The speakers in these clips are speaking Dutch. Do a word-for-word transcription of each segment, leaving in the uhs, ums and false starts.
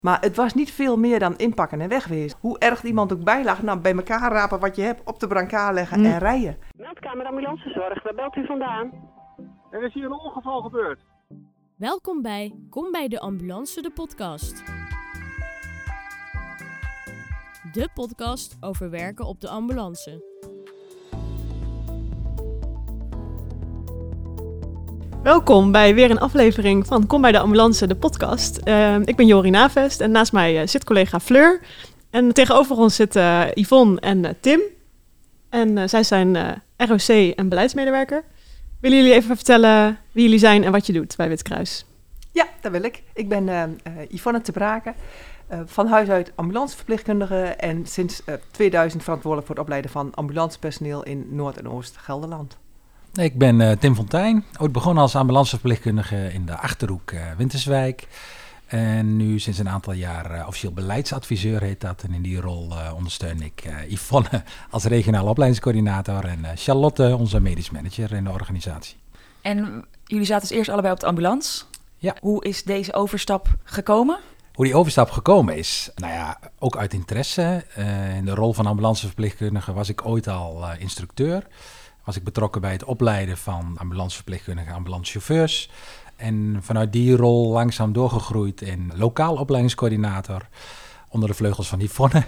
Maar het was niet veel meer dan inpakken en wegwezen. Hoe erg iemand ook bij lag, nou, bij elkaar rapen wat je hebt, op de brancard leggen mm. en rijden. Meldkamer ambulancezorg, waar belt u vandaan? Er is hier een ongeval gebeurd. Welkom bij Kom bij de Ambulance, de podcast. De podcast over werken op de ambulance. Welkom bij weer een aflevering van Kom bij de Ambulance, de podcast. Uh, ik ben Jori Navest en naast mij uh, zit collega Fleur. En tegenover ons zitten uh, Yvonne en uh, Tim. En uh, zij zijn uh, R O C en beleidsmedewerker. Willen jullie even vertellen wie jullie zijn en wat je doet bij Witkruis? Ja, dat wil ik. Ik ben uh, uh, Yvonne te Braken, uh, van huis uit ambulanceverpleegkundige en sinds uh, tweeduizend verantwoordelijk voor het opleiden van ambulancepersoneel in Noord- en Oost-Gelderland. Ik ben uh, Tim Fontijn, ooit begonnen als ambulanceverpleegkundige in de Achterhoek uh, Winterswijk. En nu sinds een aantal jaar uh, officieel beleidsadviseur heet dat. En in die rol uh, ondersteun ik uh, Yvonne als regionale opleidingscoördinator en uh, Charlotte, onze medisch manager in de organisatie. En jullie zaten dus eerst allebei op de ambulance. Ja. Hoe is deze overstap gekomen? Hoe die overstap gekomen is? Nou ja, ook uit interesse. Uh, in de rol van ambulanceverpleegkundige was ik ooit al uh, instructeur. Was ik betrokken bij het opleiden van ambulanceverpleegkundigen en ambulancechauffeurs. En vanuit die rol langzaam doorgegroeid in lokaal opleidingscoördinator onder de vleugels van Yvonne.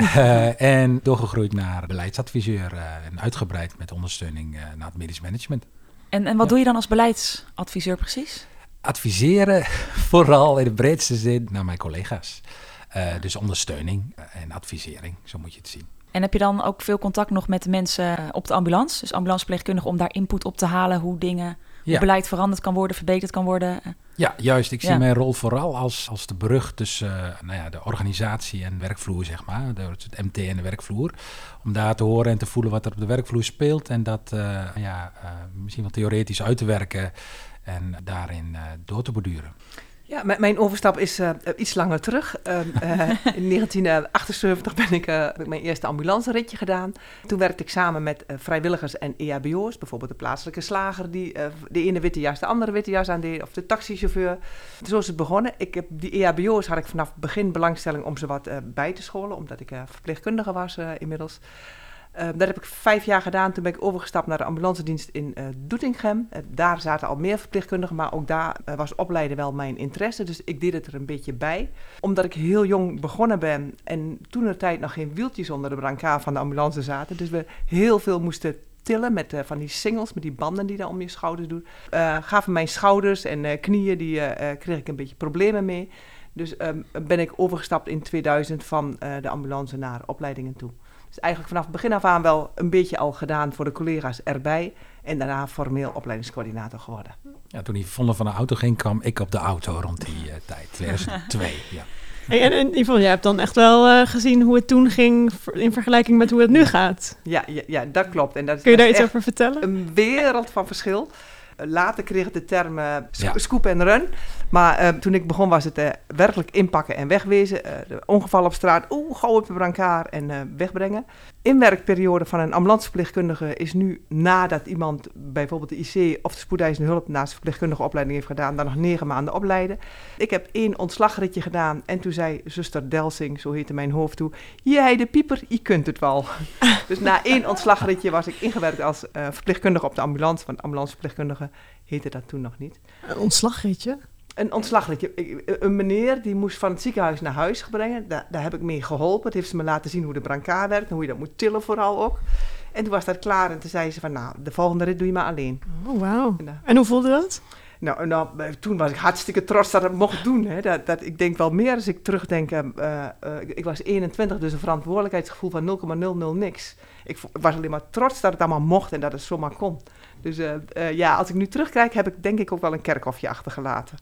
uh, en doorgegroeid naar beleidsadviseur uh, en uitgebreid met ondersteuning uh, naar het medisch management. En, en wat ja. doe je dan als beleidsadviseur precies? Adviseren, vooral in de breedste zin, naar mijn collega's. Uh, dus ondersteuning en advisering, zo moet je het zien. En heb je dan ook veel contact nog met de mensen op de ambulance? Dus ambulanceverpleegkundigen om daar input op te halen, hoe dingen, ja. hoe beleid veranderd kan worden, verbeterd kan worden? Ja, juist. Ik zie ja. mijn rol vooral als, als de brug tussen uh, nou ja, de organisatie en werkvloer, zeg maar. De, het M T en de werkvloer. Om daar te horen en te voelen wat er op de werkvloer speelt. En dat uh, ja, uh, misschien wat theoretisch uit te werken en daarin uh, door te borduren. Ja, m- mijn overstap is uh, iets langer terug. Uh, uh, in negentien achtenzeventig ben ik, uh, heb ik mijn eerste ambulanceritje gedaan. Toen werkte ik samen met uh, vrijwilligers en E H B O's. Bijvoorbeeld de plaatselijke slager die uh, de ene witte jas de andere witte jas aandeed. Of de taxichauffeur. Zo is het begonnen. Ik heb, die E H B O's had ik vanaf het begin belangstelling om ze wat uh, bij te scholen. Omdat ik uh, verpleegkundige was uh, inmiddels. Uh, dat heb ik vijf jaar gedaan. Toen ben ik overgestapt naar de ambulancedienst in uh, Doetinchem. Uh, daar zaten al meer verpleegkundigen, maar ook daar uh, was opleiden wel mijn interesse. Dus ik deed het er een beetje bij. Omdat ik heel jong begonnen ben en toen de tijd nog geen wieltjes onder de brancard van de ambulance zaten. Dus we heel veel moesten tillen met uh, van die singles, met die banden die daar om je schouders doen. Uh, gaven mijn schouders en uh, knieën, die uh, uh, kreeg ik een beetje problemen mee. Dus uh, ben ik overgestapt in tweeduizend van uh, de ambulance naar opleidingen toe. Dus eigenlijk vanaf het begin af aan wel een beetje al gedaan voor de collega's erbij. En daarna formeel opleidingscoördinator geworden. Ja, toen Yvonne van de auto ging, kwam ik op de auto rond die uh, tijd, tweeduizend twee. Ja. Hey, en, en Yvonne, jij hebt dan echt wel uh, gezien hoe het toen ging in vergelijking met hoe het nu gaat. Ja, ja, ja dat klopt. En dat is, Kun je dat daar is iets over vertellen? Een wereld van verschil. Later kreeg het de term uh, sco- ja. scoop en run. Maar uh, toen ik begon was het uh, werkelijk inpakken en wegwezen. Uh, de ongeval op straat, oeh, gauw op de brancard en uh, wegbrengen. Inwerkperiode van een ambulanceverpleegkundige is nu nadat iemand bijvoorbeeld de I C of de spoedeisende hulp naast de verpleegkundige opleiding heeft gedaan, dan nog negen maanden opleiden. Ik heb één ontslagritje gedaan en toen zei zuster Delsing, zo heette mijn hoofd toe, jij de pieper, je kunt het wel. Dus na één ontslagritje was ik ingewerkt als uh, verpleegkundige op de ambulance, want ambulanceverpleegkundige heette dat toen nog niet. Een ontslagritje? Een ontslagritje. Een meneer die moest van het ziekenhuis naar huis brengen. Daar, daar heb ik mee geholpen. Het heeft ze me laten zien hoe de brancard werkt en hoe je dat moet tillen vooral ook. En toen was dat klaar en toen zei ze van, nou, de volgende rit doe je maar alleen. Oh, wauw. En, uh, en hoe voelde dat? Nou, nou, toen was ik hartstikke trots dat ik het mocht doen. Hè. Dat, dat, ik denk wel meer als ik terugdenk. Uh, uh, ik was eenentwintig, dus een verantwoordelijkheidsgevoel van nul komma nul nul niks. Ik was alleen maar trots dat het allemaal mocht en dat het zomaar kon. Dus uh, uh, ja, als ik nu terugkijk, heb ik denk ik ook wel een kerkhofje achtergelaten.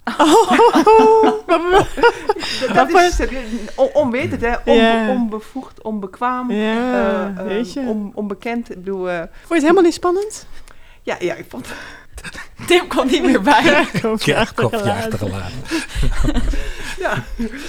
Oh, dat, dat is on, onwetend, hè? On, yeah. Onbevoegd, onbekwaam, ja, uh, uh, on, onbekend. Ik bedoel, uh, vond je het helemaal niet spannend? Ja, ja, ik vond Tim kon niet meer bij. Kopje Ja, kopje achtergelaten. achtergelaten. Ja,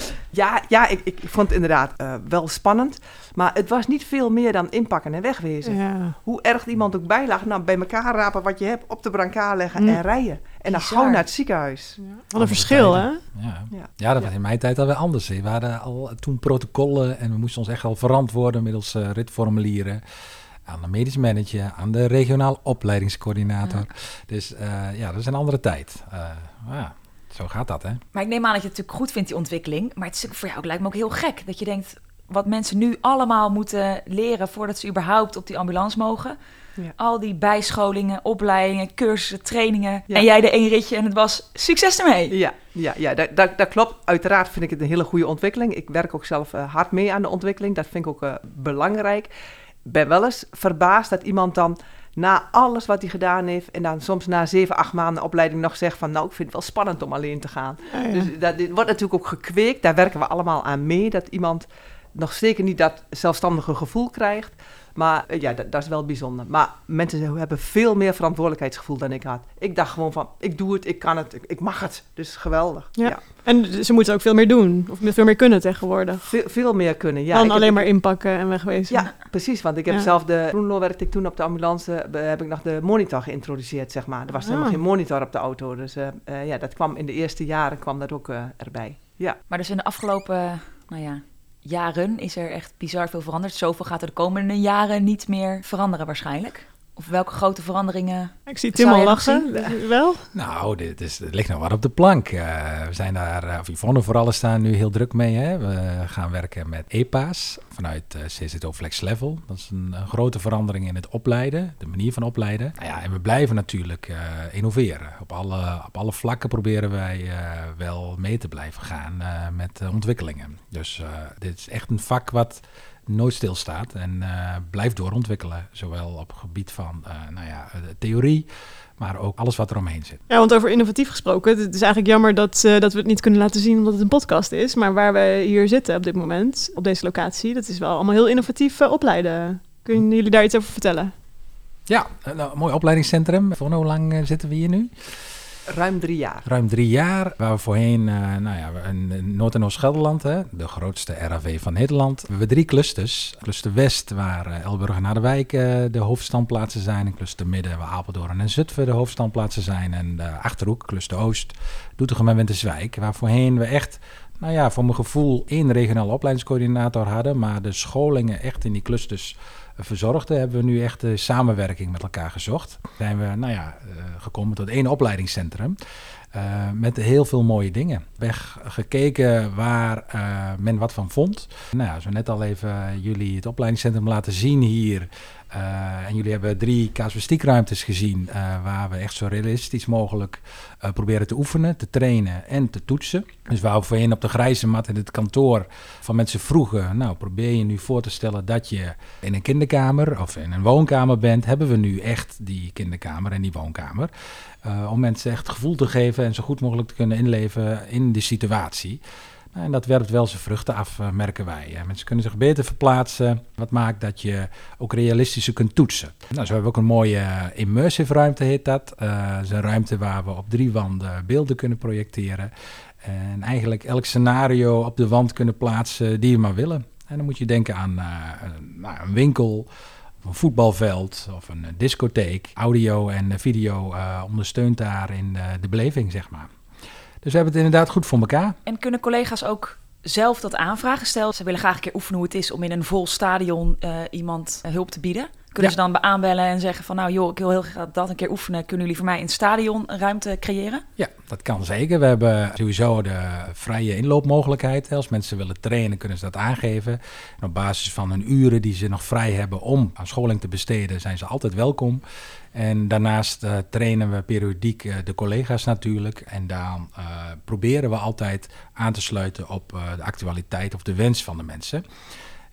ja, ja ik, ik vond het inderdaad uh, wel spannend. Maar het was niet veel meer dan inpakken en wegwezen. Ja. Hoe erg iemand ook bij lag. Nou, bij elkaar rapen wat je hebt, op de brancard leggen Mm. en rijden. En dan Bizar. gauw naar het ziekenhuis. Wat een verschil, hè? Ja. Ja. ja, dat was in mijn tijd alweer anders. We hadden al toen protocollen en we moesten ons echt al verantwoorden middels uh, ritformulieren. Aan de medisch manager, aan de regionaal opleidingscoördinator. Ja. Dus uh, ja, dat is een andere tijd. Uh, ja, zo gaat dat, hè? Maar ik neem aan dat je het natuurlijk goed vindt, die ontwikkeling. Maar het is voor jou ook, lijkt me ook heel gek. Dat je denkt, wat mensen nu allemaal moeten leren voordat ze überhaupt op die ambulance mogen. Ja. Al die bijscholingen, opleidingen, cursussen, trainingen. Ja. En jij de één ritje en het was succes ermee. Ja, ja, ja dat, dat, dat klopt. Uiteraard vind ik het een hele goede ontwikkeling. Ik werk ook zelf uh, hard mee aan de ontwikkeling. Dat vind ik ook uh, belangrijk. Ik ben wel eens verbaasd dat iemand dan na alles wat hij gedaan heeft en dan soms na zeven, acht maanden opleiding nog zegt van nou, ik vind het wel spannend om alleen te gaan. Ja, ja. Dus dat dit wordt natuurlijk ook gekweekt. Daar werken we allemaal aan mee. Dat iemand nog zeker niet dat zelfstandige gevoel krijgt. Maar uh, ja, dat, dat is wel bijzonder. Maar mensen hebben veel meer verantwoordelijkheidsgevoel dan ik had. Ik dacht gewoon van, ik doe het, ik kan het, ik, ik mag het. Dus geweldig. Ja. Ja. En ze moeten ook veel meer doen. Of veel meer kunnen tegenwoordig. Veel, veel meer kunnen, ja. Dan ik alleen heb, maar inpakken en wegwezen. Ja, precies. Want ik heb ja. zelf de... Groenlo werkte ik toen op de ambulance. Heb ik nog de monitor geïntroduceerd, zeg maar. Er was ah. helemaal geen monitor op de auto. Dus uh, uh, ja, dat kwam in de eerste jaren kwam dat ook uh, erbij. Ja. Maar dus in de afgelopen, nou ja... jaren is er echt bizar veel veranderd. Zoveel gaat er de komende jaren niet meer veranderen waarschijnlijk. Of welke grote veranderingen? Ik zie Tim al lachen. Wel? Nou, dit, is, dit ligt nog wat op de plank. Uh, we zijn daar, uh, of Yvonne vooral staan nu heel druk mee. Hè? We gaan werken met E P A's vanuit uh, C Z O Flex Level. Dat is een, een grote verandering in het opleiden, de manier van opleiden. Nou ja, en we blijven natuurlijk uh, innoveren. Op alle, op alle vlakken proberen wij uh, wel mee te blijven gaan uh, met uh, ontwikkelingen. Dus uh, dit is echt een vak wat nooit stilstaat en uh, blijft doorontwikkelen. Zowel op het gebied van uh, nou ja, de theorie, maar ook alles wat er omheen zit. Ja, want over innovatief gesproken, het is eigenlijk jammer dat, uh, dat we het niet kunnen laten zien omdat het een podcast is. Maar waar we hier zitten op dit moment, op deze locatie, dat is wel allemaal heel innovatief uh, opleiden. Kunnen jullie daar iets over vertellen? Ja, nou, een mooi opleidingscentrum. Voor hoe lang uh, zitten we hier nu? Ruim drie jaar. Ruim drie jaar, waar we voorheen, uh, nou ja, in Noord- en Oost-Gelderland, hè, de grootste R A V van Nederland. We hebben drie clusters. Cluster West, waar uh, Elburg en Harderwijk uh, de hoofdstandplaatsen zijn. En cluster Midden, waar Apeldoorn en Zutphen de hoofdstandplaatsen zijn. En de Achterhoek, cluster Oost, Doetinchem en Winterswijk. Waar voorheen we echt, nou ja, voor mijn gevoel één regionale opleidingscoördinator hadden. Maar de scholingen echt in die clusters verzorgden, hebben we nu echt de samenwerking met elkaar gezocht. Zijn we, nou ja, uh, gekomen tot één opleidingscentrum uh, met heel veel mooie dingen. We hebben gekeken waar uh, men wat van vond. Nou ja, zo net al even uh, jullie het opleidingscentrum laten zien hier. Uh, en jullie hebben drie casuïstiekruimtes gezien uh, waar we echt zo realistisch mogelijk uh, proberen te oefenen, te trainen en te toetsen. Dus waar we voorheen op de grijze mat in het kantoor van mensen vroegen, nou probeer je nu voor te stellen dat je in een kinderkamer of in een woonkamer bent, hebben we nu echt die kinderkamer en die woonkamer. Uh, om mensen echt gevoel te geven en zo goed mogelijk te kunnen inleven in de situatie. En dat werpt wel zijn vruchten af, merken wij. Mensen kunnen zich beter verplaatsen. Wat maakt dat je ook realistischer kunt toetsen. Nou, zo hebben we ook een mooie immersive ruimte, heet dat. Uh, dat is een ruimte waar we op drie wanden beelden kunnen projecteren. En eigenlijk elk scenario op de wand kunnen plaatsen die je maar willen. En dan moet je denken aan uh, een, nou, een winkel, of een voetbalveld of een discotheek. Audio en video uh, ondersteunt daarin uh, de beleving, zeg maar. Dus we hebben het inderdaad goed voor elkaar. En kunnen collega's ook zelf dat aanvragen? Stel, ze willen graag een keer oefenen hoe het is om in een vol stadion uh, iemand uh, hulp te bieden. Kunnen ja. ze dan aanbellen en zeggen van nou joh, ik wil heel graag dat een keer oefenen. Kunnen jullie voor mij in het stadion een ruimte creëren? Ja, dat kan zeker. We hebben sowieso de vrije inloopmogelijkheid. Als mensen willen trainen, kunnen ze dat aangeven. En op basis van hun uren die ze nog vrij hebben om aan scholing te besteden, zijn ze altijd welkom. En daarnaast uh, trainen we periodiek uh, de collega's natuurlijk. En dan uh, proberen we altijd aan te sluiten op uh, de actualiteit of de wens van de mensen.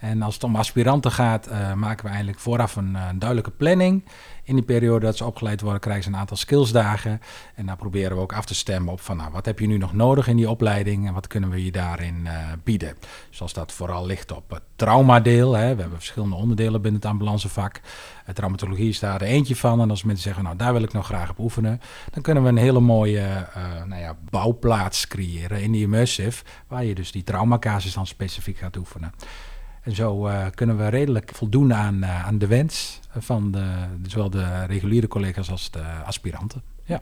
En als het om aspiranten gaat, uh, maken we eigenlijk vooraf een, een duidelijke planning. In die periode dat ze opgeleid worden, krijgen ze een aantal skillsdagen. En dan proberen we ook af te stemmen op van, nou, wat heb je nu nog nodig in die opleiding en wat kunnen we je daarin uh, bieden. Zoals dat vooral ligt op het traumadeel. Hè. We hebben verschillende onderdelen binnen het ambulancevak. Uh, traumatologie is daar er eentje van. En als mensen zeggen, nou, daar wil ik nog graag op oefenen, dan kunnen we een hele mooie uh, nou ja, bouwplaats creëren in die immersive, waar je dus die traumacasus dan specifiek gaat oefenen. En zo uh, kunnen we redelijk voldoen aan, uh, aan de wens van de, zowel de reguliere collega's als de aspiranten. Ja.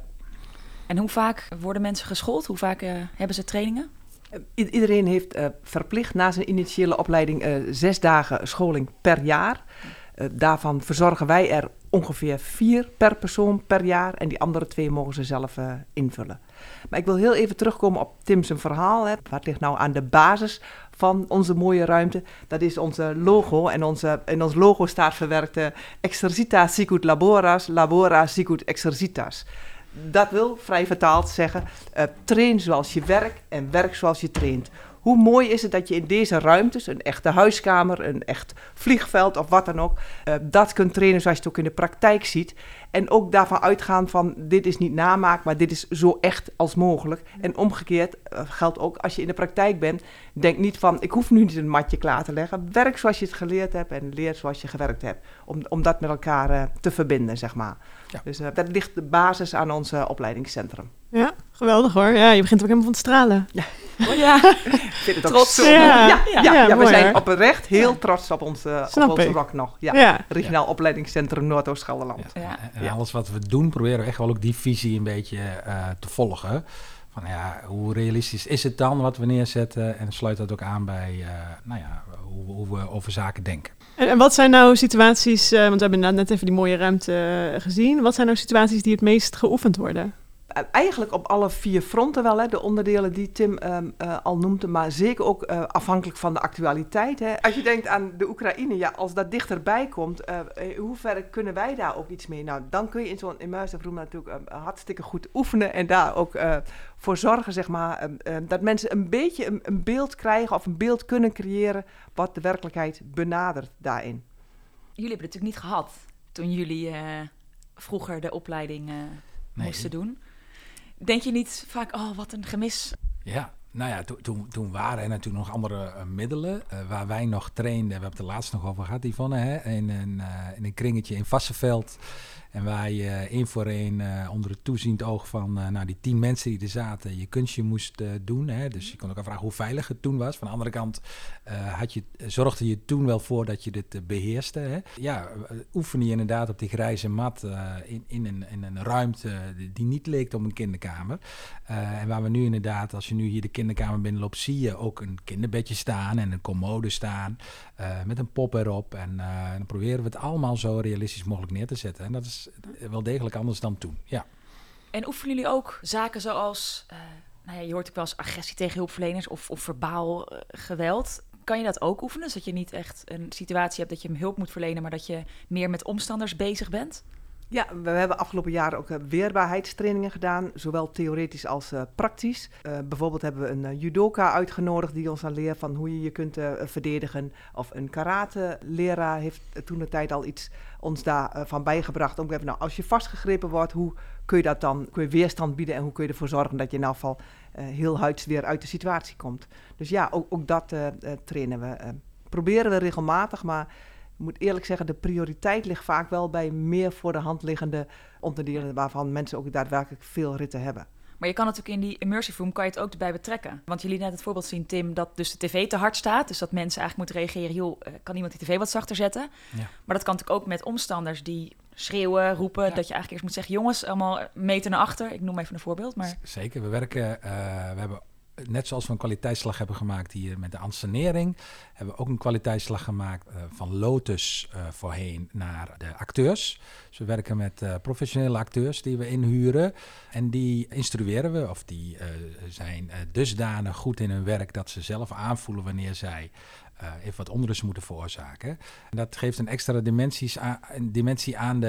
En hoe vaak worden mensen geschoold? Hoe vaak uh, hebben ze trainingen? I- iedereen heeft uh, verplicht na zijn initiële opleiding uh, zes dagen scholing per jaar. Uh, daarvan verzorgen wij er ongeveer vier per persoon per jaar. En die andere twee mogen ze zelf uh, invullen. Maar ik wil heel even terugkomen op Tim's verhaal. Hè. Wat ligt nou aan de basis van onze mooie ruimte? Dat is onze logo. En onze, in ons logo staat verwerkt uh, Exercita sicut laboras, labora sicut exercitas. Dat wil, vrij vertaald zeggen, uh, train zoals je werkt en werk zoals je traint. Hoe mooi is het dat je in deze ruimtes, een echte huiskamer, een echt vliegveld of wat dan ook, uh, dat kunt trainen zoals je het ook in de praktijk ziet. En ook daarvan uitgaan van, dit is niet namaak, maar dit is zo echt als mogelijk. En omgekeerd uh, geldt ook, als je in de praktijk bent, denk niet van, ik hoef nu niet een matje klaar te leggen. Werk zoals je het geleerd hebt en leer zoals je gewerkt hebt. Om, om dat met elkaar uh, te verbinden, zeg maar. Ja. Dus uh, dat ligt de basis aan ons uh, opleidingscentrum. Ja, geweldig hoor. Ja, je begint ook helemaal van te stralen. Ja. Oh, ja. Ik vind het ook trots. zo. Ja, Ja, ja, ja, ja, ja, we mooi, zijn hoor. oprecht heel trots op ons, uh, op onze rock nog. Ja. Ja. Regionaal Opleidingscentrum Noordoost-Gelderland. Ja. Ja. En alles wat we doen, proberen we echt wel ook die visie een beetje uh, te volgen. Van ja, hoe realistisch is het dan wat we neerzetten? En sluit dat ook aan bij uh, nou ja, hoe, hoe we over zaken denken. En, en wat zijn nou situaties, uh, want we hebben inderdaad net even die mooie ruimte uh, gezien. Wat zijn nou situaties die het meest geoefend worden? Eigenlijk op alle vier fronten wel, hè, de onderdelen die Tim um, uh, al noemde, maar zeker ook uh, afhankelijk van de actualiteit. Hè. Als je denkt aan de Oekraïne, ja, als dat dichterbij komt, uh, in hoeverre kunnen wij daar ook iets mee? Nou, dan kun je in zo'n immersive room natuurlijk uh, hartstikke goed oefenen en daar ook uh, voor zorgen, zeg maar, uh, uh, dat mensen een beetje een, een beeld krijgen of een beeld kunnen creëren wat de werkelijkheid benadert daarin. Jullie hebben het natuurlijk niet gehad toen jullie uh, vroeger de opleiding uh, nee. moesten doen. Denk je niet vaak, oh, wat een gemis? Ja, nou ja, to, to, toen waren er natuurlijk nog andere uh, middelen. Uh, waar wij nog trainden, we hebben het er laatst nog over gehad, Yvonne, hè, in, een, uh, in een kringetje in Varsseveld. En waar je één voor één uh, onder het toeziend oog van uh, nou, die tien mensen die er zaten, je kunstje moest uh, doen. Hè. Dus je kon ook afvragen hoe veilig het toen was. Van de andere kant uh, had je, zorgde je toen wel voor dat je dit uh, beheerste. Hè. Ja, uh, oefen je inderdaad op die grijze mat uh, in, in, een, in een ruimte die niet leek op een kinderkamer. Uh, en waar we nu inderdaad, als je nu hier de kinderkamer binnenloopt, zie je ook een kinderbedje staan en een commode staan uh, met een pop erop. En uh, dan proberen we het allemaal zo realistisch mogelijk neer te zetten. En dat is wel degelijk anders dan toen, ja. En oefenen jullie ook zaken zoals, uh, nou ja, je hoort ook wel eens agressie tegen hulpverleners of, of verbaal uh, geweld. Kan je dat ook oefenen, zodat je niet echt een situatie hebt dat je hem hulp moet verlenen, maar dat je meer met omstanders bezig bent? Ja, we hebben afgelopen jaren ook uh, weerbaarheidstrainingen gedaan, zowel theoretisch als uh, praktisch. Uh, bijvoorbeeld hebben we een uh, judoka uitgenodigd die ons dan leert van hoe je je kunt uh, verdedigen. Of een karate-leraar heeft uh, toen de tijd al iets ons daarvan uh, bijgebracht. Om even, nou, als je vastgegrepen wordt, hoe kun je dat dan, kun je weerstand bieden en hoe kun je ervoor zorgen dat je in elk geval uh, heel huids weer uit de situatie komt. Dus ja, ook, ook dat uh, uh, trainen we. Uh, proberen we regelmatig, maar ik moet eerlijk zeggen, de prioriteit ligt vaak wel bij meer voor de hand liggende onderdelen waarvan mensen ook daadwerkelijk veel ritten hebben. Maar je kan natuurlijk in die immersive room kan je het ook erbij betrekken. Want jullie net het voorbeeld zien, Tim, dat dus de tv te hard staat. Dus dat mensen eigenlijk moeten reageren, joh, kan iemand die tv wat zachter zetten? Ja. Maar dat kan natuurlijk ook met omstanders die schreeuwen, roepen. Ja. Dat je eigenlijk eerst moet zeggen, jongens, allemaal meter naar achter. Ik noem even een voorbeeld. Maar zeker, we werken, uh, we hebben net zoals we een kwaliteitsslag hebben gemaakt hier met de ansenering, hebben we ook een kwaliteitsslag gemaakt uh, van Lotus uh, voorheen naar de acteurs. Dus we werken met uh, professionele acteurs die we inhuren en die instrueren we of die uh, zijn uh, dusdanig goed in hun werk dat ze zelf aanvoelen wanneer zij uh, even wat onrust moeten veroorzaken. En dat geeft een extra dimensies aan, een dimensie aan de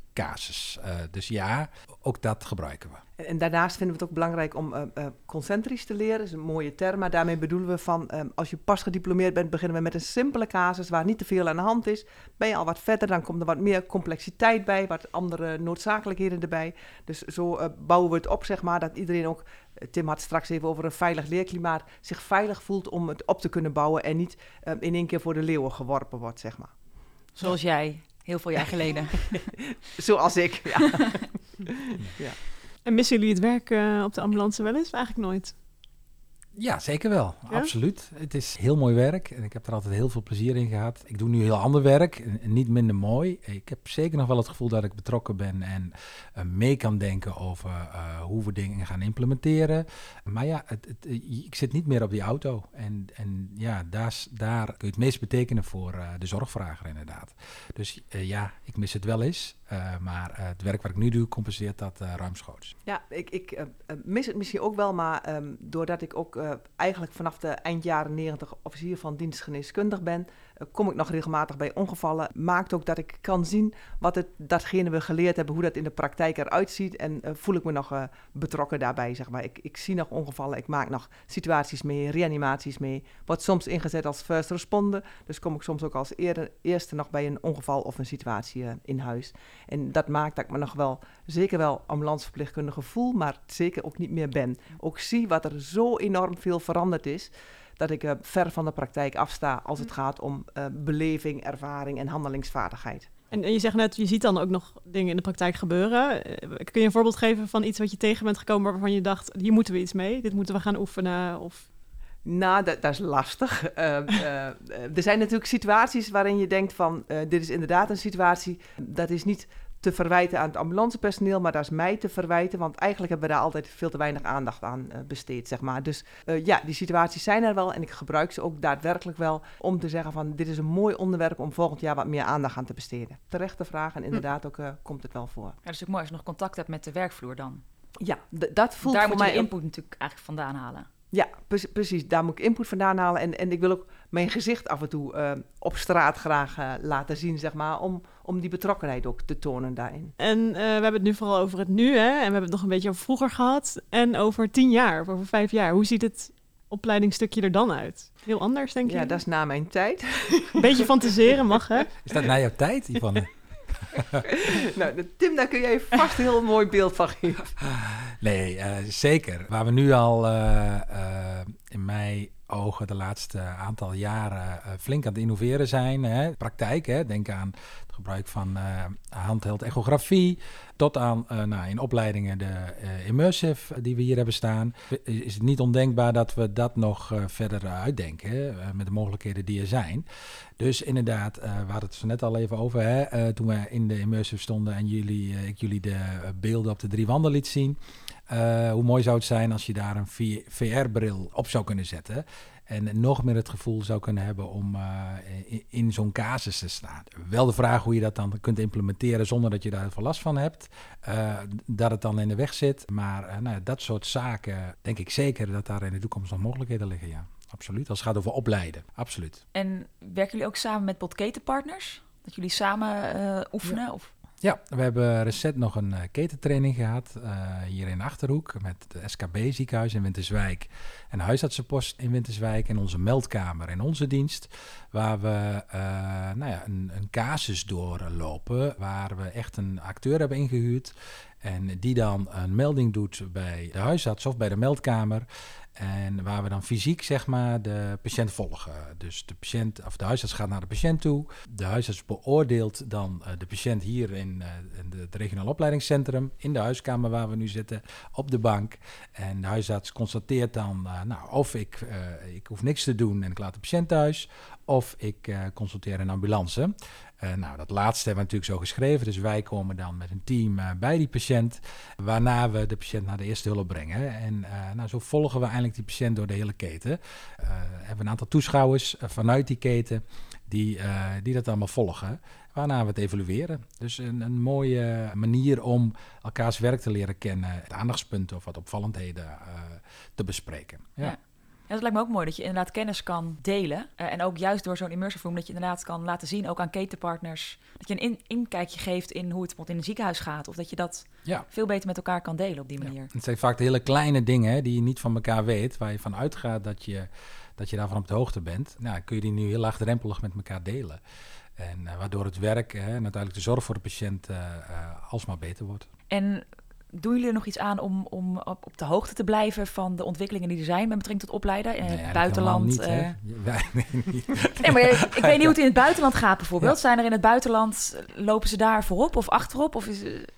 casus. Uh, dus ja, ook dat gebruiken we. En, en daarnaast vinden we het ook belangrijk om uh, uh, concentrisch te leren. Dat is een mooie term, maar daarmee bedoelen we van... Um, als je pas gediplomeerd bent, beginnen we met een simpele casus... waar niet te veel aan de hand is. Ben je al wat verder, dan komt er wat meer complexiteit bij... wat andere noodzakelijkheden erbij. Dus zo uh, bouwen we het op, zeg maar, dat iedereen ook... Tim had straks even over een veilig leerklimaat... zich veilig voelt om het op te kunnen bouwen... en niet uh, in één keer voor de leeuwen geworpen wordt, zeg maar. Zoals jij, heel veel jaar geleden. Zoals ik, ja. ja. En missen jullie het werk uh, op de ambulance wel eens? Eigenlijk nooit? Ja, zeker wel. Ja? Absoluut. Het is heel mooi werk en ik heb er altijd heel veel plezier in gehad. Ik doe nu heel ander werk en niet minder mooi. Ik heb zeker nog wel het gevoel dat ik betrokken ben en uh, mee kan denken over uh, hoe we dingen gaan implementeren. Maar ja, het, het, ik zit niet meer op die auto. En, en ja, daar, daar kun je het meest betekenen voor uh, de zorgvrager inderdaad. Dus uh, ja, ik mis het wel eens. Uh, maar uh, het werk wat ik nu doe, compenseert dat uh, ruimschoots. Ja, ik, ik uh, mis het misschien ook wel, maar um, doordat ik ook uh, eigenlijk vanaf de eind jaren negentig officier van dienst geneeskundig ben, uh, kom ik nog regelmatig bij ongevallen. Maakt ook dat ik kan zien wat het, datgene we geleerd hebben, hoe dat in de praktijk eruit ziet. En uh, voel ik me nog uh, betrokken daarbij, zeg maar. Ik, ik zie nog ongevallen, ik maak nog situaties mee, reanimaties mee. Word soms ingezet als first responder, dus kom ik soms ook als eerder, eerste nog bij een ongeval of een situatie uh, in huis. En dat maakt dat ik me nog wel, zeker wel ambulanceverpleegkundige voel, maar zeker ook niet meer ben. Ook zie wat er zo enorm veel veranderd is, dat ik uh, ver van de praktijk afsta als het gaat om uh, beleving, ervaring en handelingsvaardigheid. En, en je zegt net, je ziet dan ook nog dingen in de praktijk gebeuren. Uh, kun je een voorbeeld geven van iets wat je tegen bent gekomen waarvan je dacht, hier moeten we iets mee, dit moeten we gaan oefenen? Of... Nou, dat, dat is lastig. Uh, uh, er zijn natuurlijk situaties waarin je denkt van, uh, dit is inderdaad een situatie, dat is niet te verwijten aan het ambulancepersoneel, maar dat is mij te verwijten, want eigenlijk hebben we daar altijd veel te weinig aandacht aan uh, besteed, zeg maar. Dus uh, ja, die situaties zijn er wel en ik gebruik ze ook daadwerkelijk wel om te zeggen van, dit is een mooi onderwerp om volgend jaar wat meer aandacht aan te besteden. Terechte vraag en inderdaad ook uh, komt het wel voor. Ja, dat is ook mooi als je nog contact hebt met de werkvloer dan. Ja, d- dat voelt daar voor moet mij je input ook natuurlijk eigenlijk vandaan halen. Ja, pre- precies. Daar moet ik input vandaan halen. En, en ik wil ook mijn gezicht af en toe uh, op straat graag uh, laten zien, zeg maar, om, om die betrokkenheid ook te tonen daarin. En uh, we hebben het nu vooral over het nu, hè? En we hebben het nog een beetje over vroeger gehad. En over tien jaar, of over vijf jaar. Hoe ziet het opleidingsstukje er dan uit? Heel anders, denk je? Ja, dat is na mijn tijd. Een beetje fantaseren mag, hè? Is dat na jouw tijd, Yvonne? Nou, Tim, daar kun jij vast een heel mooi beeld van geven. Nee, uh, zeker. Waar we nu al uh, uh, in mijn ogen de laatste aantal jaren uh, flink aan het innoveren zijn. Hè? Praktijk, hè? Denk aan het gebruik van uh, handheld echografie, tot aan uh, nou, in opleidingen de uh, immersive die we hier hebben staan. Is het niet ondenkbaar dat we dat nog uh, verder uitdenken, hè? Uh, met de mogelijkheden die er zijn. Dus inderdaad, uh, we hadden het zo net al even over, hè? Uh, toen we in de immersive stonden en jullie, uh, ik jullie de beelden op de drie wanden liet zien. Uh, hoe mooi zou het zijn als je daar een V R-bril op zou kunnen zetten en nog meer het gevoel zou kunnen hebben om uh, in, in zo'n casus te staan. Wel de vraag hoe je dat dan kunt implementeren zonder dat je daar veel last van hebt. Uh, dat het dan in de weg zit. Maar uh, nou, dat soort zaken denk ik zeker dat daar in de toekomst nog mogelijkheden liggen, ja. Absoluut, als het gaat over opleiden, absoluut. En werken jullie ook samen met potketenpartners? Dat jullie samen uh, oefenen? Ja. Of... Ja, we hebben recent nog een uh, ketentraining gehad uh, hier in de Achterhoek met het S K B ziekenhuis in Winterswijk en de huisartsenpost in Winterswijk en onze meldkamer in onze dienst, waar we uh, nou ja, een, een casus doorlopen, waar we echt een acteur hebben ingehuurd en die dan een melding doet bij de huisarts of bij de meldkamer. En waar we dan fysiek, zeg maar, de patiënt volgen. Dus de patiënt, of de huisarts gaat naar de patiënt toe. De huisarts beoordeelt dan uh, de patiënt hier in, uh, in het regionaal opleidingscentrum, in de huiskamer waar we nu zitten, op de bank. En de huisarts constateert dan, uh, nou, of ik, uh, ik hoef niks te doen en ik laat de patiënt thuis, of ik uh, consulteer een ambulance. Uh, nou, dat laatste hebben we natuurlijk zo geschreven. Dus wij komen dan met een team uh, bij die patiënt, waarna we de patiënt naar de eerste hulp brengen. En uh, nou, zo volgen we eigenlijk die patiënt door de hele keten. Uh, hebben we een aantal toeschouwers uh, vanuit die keten die, uh, die dat allemaal volgen, waarna we het evalueren. Dus een, een mooie manier om elkaars werk te leren kennen, aandachtspunten of wat opvallendheden uh, te bespreken. Ja. Ja. dat lijkt me ook mooi dat je inderdaad kennis kan delen. Uh, en ook juist door zo'n immersive room dat je inderdaad kan laten zien, ook aan ketenpartners, dat je een in- inkijkje geeft in hoe het bijvoorbeeld in een ziekenhuis gaat. Of dat je dat ja. veel beter met elkaar kan delen op die manier. Ja. Het zijn vaak de hele kleine dingen hè, die je niet van elkaar weet, waar je van uitgaat dat je, dat je daarvan op de hoogte bent. Nou, kun je die nu heel laagdrempelig met elkaar delen. En uh, waardoor het werk hè, en uiteindelijk de zorg voor de patiënt uh, uh, alsmaar beter wordt. En doen jullie er nog iets aan om, om op, op de hoogte te blijven van de ontwikkelingen die er zijn met betrekking tot opleiden in nee, het ja, buitenland? Niet, uh... hè? Wij, nee, niet. nee, maar ik weet niet hoe het in het buitenland gaat bijvoorbeeld. Ja. Zijn er in het buitenland, lopen ze daar voorop of achterop? Of is, uh...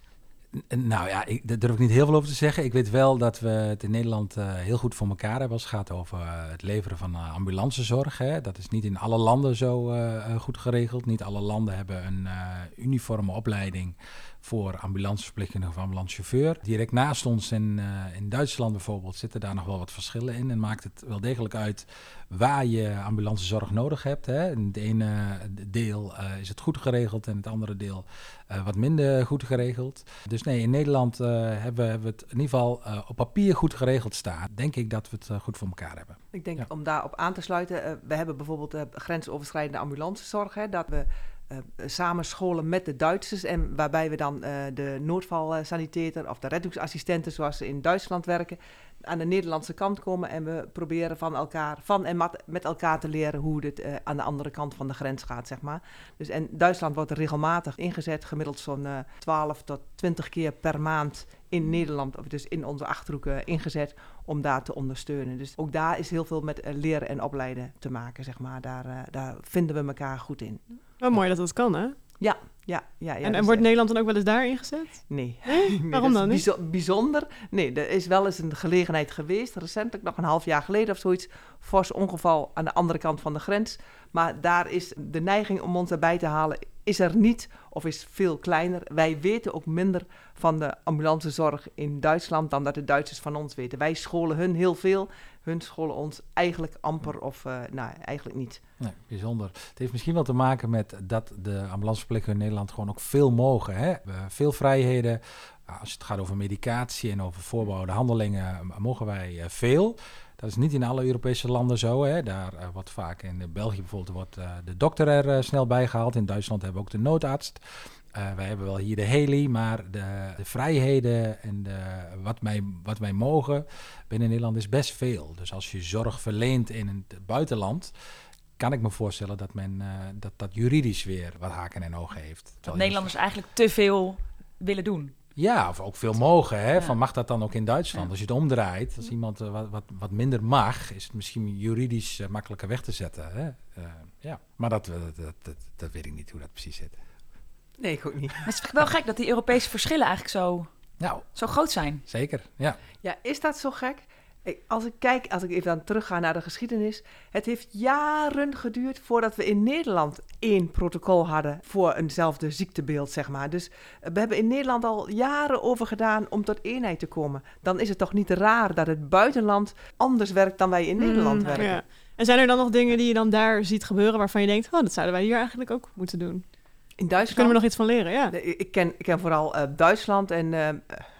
Nou ja, ik, daar durf ik niet heel veel over te zeggen. Ik weet wel dat we het in Nederland uh, heel goed voor elkaar hebben als het gaat over uh, het leveren van uh, ambulancezorg. Hè. Dat is niet in alle landen zo uh, goed geregeld. Niet alle landen hebben een uh, uniforme opleiding voor ambulanceverpleegkundige of ambulancechauffeur. Direct naast ons in, uh, in Duitsland bijvoorbeeld zitten daar nog wel wat verschillen in. En maakt het wel degelijk uit waar je ambulancezorg nodig hebt. Hè. In het ene deel uh, is het goed geregeld en het andere deel uh, wat minder goed geregeld. Dus nee, in Nederland uh, hebben, hebben we het in ieder geval uh, op papier goed geregeld staan. Denk ik dat we het uh, goed voor elkaar hebben. Ik denk ja. om daarop aan te sluiten, uh, we hebben bijvoorbeeld uh, grensoverschrijdende ambulancezorg, hè, dat we Uh, samen scholen met de Duitsers en waarbij we dan uh, de noodvalsanitäter of de reddingsassistenten zoals ze in Duitsland werken aan de Nederlandse kant komen en we proberen van elkaar, van en mat, met elkaar te leren hoe dit uh, aan de andere kant van de grens gaat, zeg maar. Dus en Duitsland wordt er regelmatig ingezet, gemiddeld zo'n uh, twaalf tot twintig keer per maand in Nederland, of dus in onze Achterhoek uh, ingezet om daar te ondersteunen. Dus ook daar is heel veel met uh, leren en opleiden te maken, zeg maar. Daar, uh, daar vinden we elkaar goed in. Wel mooi dat dat kan, hè? Ja, ja, ja. ja en en dus wordt Nederland dan ook wel eens daar ingezet? Nee. nee? nee Waarom dan niet? Bijzo- bijzonder. Nee, er is wel eens een gelegenheid geweest, recentelijk nog een half jaar geleden of zoiets, fors ongeval aan de andere kant van de grens. Maar daar is de neiging om ons erbij te halen, is er niet of is veel kleiner. Wij weten ook minder van de ambulancezorg in Duitsland dan dat de Duitsers van ons weten. Wij scholen hun heel veel, hun scholen ons eigenlijk amper of uh, nou, eigenlijk niet. Nee, bijzonder. Het heeft misschien wel te maken met dat de ambulanceverpleegkundigen in Nederland gewoon ook veel mogen. Hè? We veel vrijheden. Als het gaat over medicatie en over voorbouwde handelingen, mogen wij uh, veel. Dat is niet in alle Europese landen zo. Hè. Daar uh, wordt vaak in België bijvoorbeeld wordt, uh, de dokter er uh, snel bij gehaald. In Duitsland hebben we ook de noodarts. Uh, wij hebben wel hier de heli, maar de, de vrijheden en de, wat, wij, wat wij mogen binnen Nederland is best veel. Dus als je zorg verleent in het buitenland, kan ik me voorstellen dat men uh, dat, dat juridisch weer wat haken en ogen heeft. Dat Nederlanders eigenlijk te veel willen doen. Ja, of ook veel mogen. Hè? Ja. Van mag dat dan ook in Duitsland? Ja. Als je het omdraait, als iemand uh, wat, wat, wat minder mag, is het misschien juridisch uh, makkelijker weg te zetten. Hè? Uh, ja. Maar dat, dat, dat, dat, dat weet ik niet hoe dat precies zit. Nee, ik ook niet. Maar het is wel gek dat die Europese verschillen eigenlijk zo, nou, zo groot zijn. Zeker, ja. Ja, is dat zo gek? Ik, als ik kijk, als ik even dan terugga naar de geschiedenis. Het heeft jaren geduurd voordat we in Nederland één protocol hadden voor eenzelfde ziektebeeld, zeg maar. Dus we hebben in Nederland al jaren over gedaan om tot eenheid te komen. Dan is het toch niet raar dat het buitenland anders werkt dan wij in Nederland Mm, werken. ja. En zijn er dan nog dingen die je dan daar ziet gebeuren waarvan je denkt, oh, dat zouden wij hier eigenlijk ook moeten doen? In Daar Duitsland kunnen we nog iets van leren, ja. Nee, Ik ken, ik ken vooral uh, Duitsland en... Uh,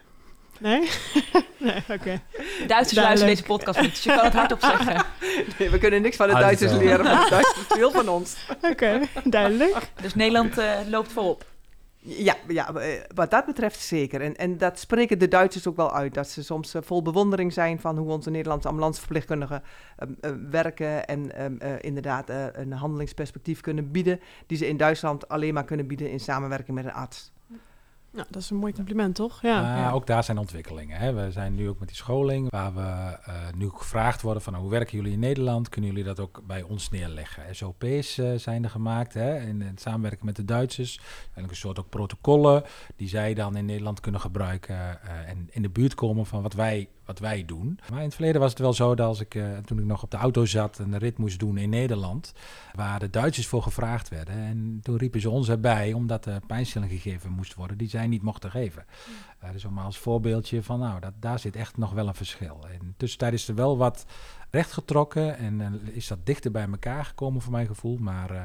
Nee? nee, oké. Okay. Duitsers luisteren deze podcast niet, dus je kan het hardop zeggen. Nee, we kunnen niks van de Ah, Duitsers zo. leren, van de Duitsers veel van ons. Oké, okay, duidelijk. Dus Nederland uh, loopt voorop. Ja, ja, wat dat betreft zeker. En, en dat spreken de Duitsers ook wel uit. Dat ze soms uh, vol bewondering zijn van hoe onze Nederlandse ambulanceverpleegkundigen uh, uh, werken. En uh, uh, inderdaad uh, een handelingsperspectief kunnen bieden. Die ze in Duitsland alleen maar kunnen bieden in samenwerking met een arts. Nou, dat is een mooi compliment, toch? Ja. Uh, ja. Ook daar zijn ontwikkelingen. Hè. We zijn nu ook met die scholing, waar we uh, nu gevraagd worden van, nou, hoe werken jullie in Nederland? Kunnen jullie dat ook bij ons neerleggen? S O P's uh, zijn er gemaakt, hè, in, in samenwerking met de Duitsers. En een soort ook protocollen die zij dan in Nederland kunnen gebruiken uh, en in de buurt komen van wat wij, wat wij doen. Maar in het verleden was het wel zo dat als ik, uh, toen ik nog op de auto zat en een rit moest doen in Nederland, waar de Duitsers voor gevraagd werden. En toen riepen ze ons erbij, omdat de pijnstilling gegeven moest worden, die zij niet mochten geven. Uh, dus maar als voorbeeldje van, nou, dat, daar zit echt nog wel een verschil. En tussentijd is er wel wat rechtgetrokken en uh, is dat dichter bij elkaar gekomen voor mijn gevoel, maar uh,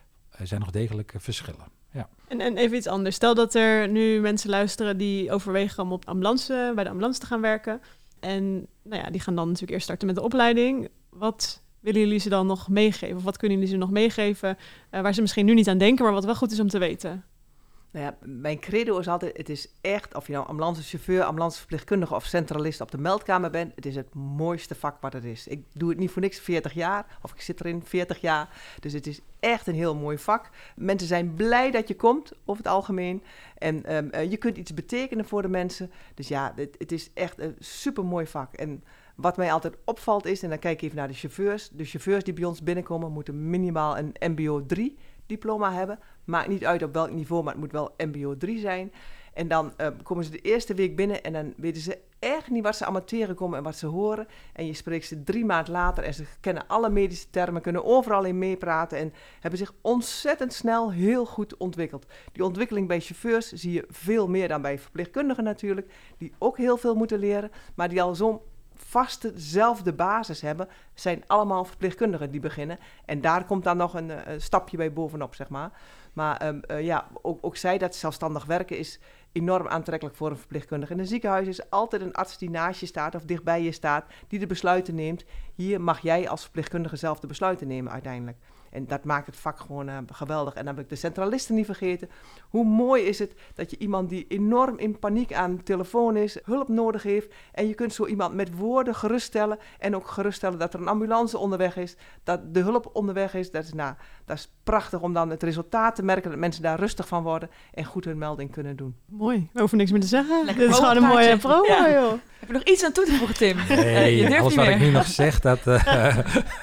er zijn nog degelijk uh, verschillen. Ja. En, en even iets anders. Stel dat er nu mensen luisteren die overwegen om op ambulance, bij de ambulance te gaan werken. En nou ja, die gaan dan natuurlijk eerst starten met de opleiding. wat willen jullie ze dan nog meegeven? Of wat kunnen jullie ze nog meegeven uh, waar ze misschien nu niet aan denken, maar wat wel goed is om te weten? Nou ja, mijn credo is altijd, het is echt, of je nou ambulancechauffeur, ambulanceverpleegkundige of centralist op de meldkamer bent, het is het mooiste vak wat er is. Ik doe het niet voor niks veertig jaar, of ik zit erin veertig jaar, dus het is echt een heel mooi vak. Mensen zijn blij dat je komt, over het algemeen, en um, uh, je kunt iets betekenen voor de mensen. Dus ja, het, het is echt een supermooi vak. En wat mij altijd opvalt is, en dan kijk ik even naar de chauffeurs, de chauffeurs die bij ons binnenkomen moeten minimaal een M B O drie diploma hebben. Maakt niet uit op welk niveau, maar het moet wel M B O drie zijn. En dan uh, komen ze de eerste week binnen en dan weten ze echt niet wat ze allemaal tegenkomen en wat ze horen. En je spreekt ze drie maanden later en ze kennen alle medische termen, kunnen overal in meepraten en hebben zich ontzettend snel heel goed ontwikkeld. Die ontwikkeling bij chauffeurs zie je veel meer dan bij verpleegkundigen natuurlijk, die ook heel veel moeten leren, maar die al zo'n vaste, zelfde basis hebben, zijn allemaal verpleegkundigen die beginnen. En daar komt dan nog een, een stapje bij bovenop, zeg maar. Maar um, uh, ja, ook, ook zij dat zelfstandig werken is enorm aantrekkelijk voor een verpleegkundige. In een ziekenhuis is altijd een arts die naast je staat of dichtbij je staat, die de besluiten neemt. Hier mag jij als verpleegkundige zelf de besluiten nemen uiteindelijk. En dat maakt het vak gewoon uh, geweldig. En dan heb ik de centralisten niet vergeten. Hoe mooi is het dat je iemand die enorm in paniek aan de telefoon is, hulp nodig heeft. En je kunt zo iemand met woorden geruststellen. En ook geruststellen dat er een ambulance onderweg is. Dat de hulp onderweg is. Dat is, nou, dat is prachtig om dan het resultaat te merken. Dat mensen daar rustig van worden. En goed hun melding kunnen doen. Mooi. We hoeven niks meer te zeggen. Lekker Dit is gewoon een mooie promo, ja. joh. Heb je nog iets aan toe te voegen, Tim? Nee, uh, alles wat meer. Ik nu nog zeg, dat... Uh,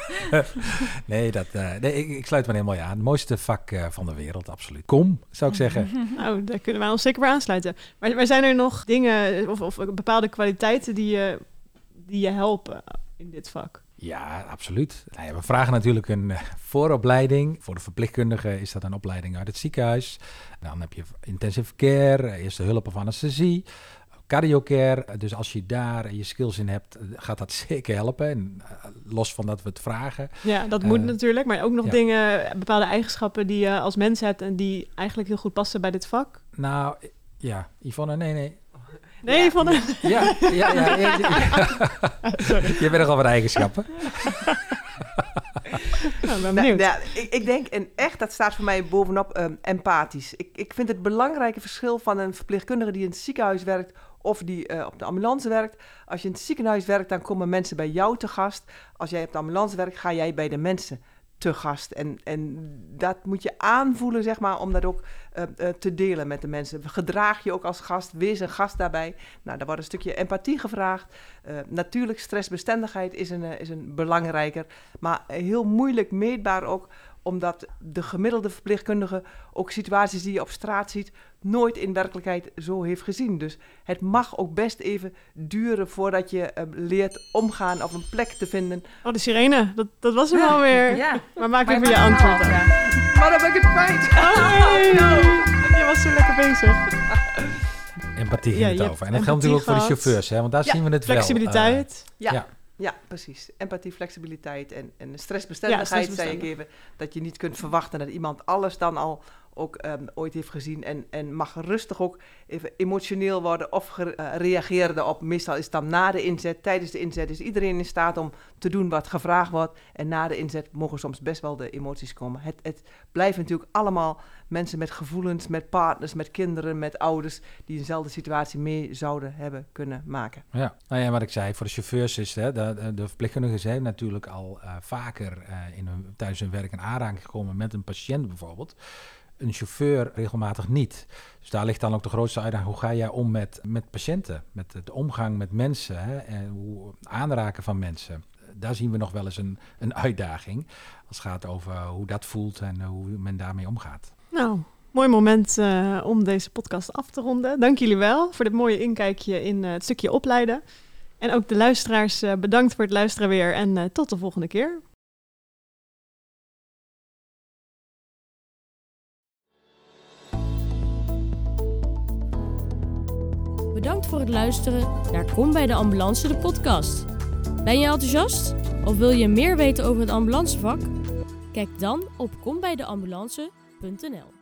nee, dat, uh, nee ik, ik sluit me helemaal aan. Het mooiste vak uh, van de wereld, absoluut. Kom, zou ik zeggen. Nou, daar kunnen wij ons zeker bij aansluiten. Maar, maar zijn er nog dingen of, of bepaalde kwaliteiten die je, die je helpen in dit vak? Ja, absoluut. Nou ja, we vragen natuurlijk een uh, vooropleiding. Voor de verpleegkundige is dat een opleiding uit het ziekenhuis. Dan heb je intensive care, eerste hulp of anesthesie. Cardiocare, dus als je daar je skills in hebt, gaat dat zeker helpen. En, uh, los van dat we het vragen. Ja, dat uh, moet natuurlijk. Maar ook nog ja. dingen, bepaalde eigenschappen die je als mens hebt en die eigenlijk heel goed passen bij dit vak. Nou, ja, Yvonne, nee, nee. Nee, ja. Yvonne. Ja, ja, ja. ja, ja, ja. Sorry. Je bent nogal wat eigenschappen. Nou, ben benieuwd. Nou, ja, ik, ik denk, en echt, dat staat voor mij bovenop, um, empathisch. Ik, ik vind het belangrijke verschil van een verpleegkundige die in het ziekenhuis werkt of die uh, op de ambulance werkt. Als je in het ziekenhuis werkt, dan komen mensen bij jou te gast. Als jij op de ambulance werkt, ga jij bij de mensen te gast. En, en dat moet je aanvoelen, zeg maar, om dat ook uh, uh, te delen met de mensen. Gedraag je ook als gast, wees een gast daarbij. Nou, daar wordt een stukje empathie gevraagd. Uh, natuurlijk, stressbestendigheid is een, uh, is een belangrijker, maar heel moeilijk meetbaar ook, omdat de gemiddelde verpleegkundige ook situaties die je op straat ziet nooit in werkelijkheid zo heeft gezien. Dus het mag ook best even duren voordat je uh, leert omgaan of een plek te vinden. Oh, de sirene. Dat, dat was hem ja. alweer. Ja. Maar maak maar even je antwoord aan. Ja. Maar dan ben ik het kwijt. Oh, nee. Oh, no. Je was zo lekker bezig. Empathie ging Ja, het je over. En hebt dat geldt natuurlijk ook voor de empathie chauffeurs, hè? Want daar Ja, zien we het Flexibiliteit. wel. Uh, Ja. ja. Ja, precies. Empathie, flexibiliteit en, en stressbestendigheid, Ja, zei ik even. Dat je niet kunt verwachten dat iemand alles dan al ook um, ooit heeft gezien. En, en mag rustig ook even emotioneel worden of ge, uh, reageren erop. Meestal is het dan na de inzet. Tijdens de inzet is iedereen in staat om te doen wat gevraagd wordt. En na de inzet mogen soms best wel de emoties komen. Het, het blijven natuurlijk allemaal mensen met gevoelens, met partners, met kinderen, met ouders, die eenzelfde situatie mee zouden hebben kunnen maken. Ja, nou ja, wat ik zei, voor de chauffeurs is hè, de, de verpleegkundigen zijn natuurlijk al uh, vaker uh, in hun, tijdens hun werk in aanraking gekomen met een patiënt bijvoorbeeld. Een chauffeur regelmatig niet. Dus daar ligt dan ook de grootste uitdaging. Hoe ga jij om met, met patiënten? Met de omgang met mensen? Hè? En hoe aanraken van mensen? Daar zien we nog wel eens een, een uitdaging. Als het gaat over hoe dat voelt en hoe men daarmee omgaat. Nou, mooi moment uh, om deze podcast af te ronden. Dank jullie wel voor dit mooie inkijkje in uh, het stukje opleiden. En ook de luisteraars uh, bedankt voor het luisteren weer. En uh, tot de volgende keer. Bedankt voor het luisteren naar Kom bij de Ambulance, de podcast. Ben je enthousiast? Of wil je meer weten over het ambulancevak? Kijk dan op kom bij de ambulance punt n l.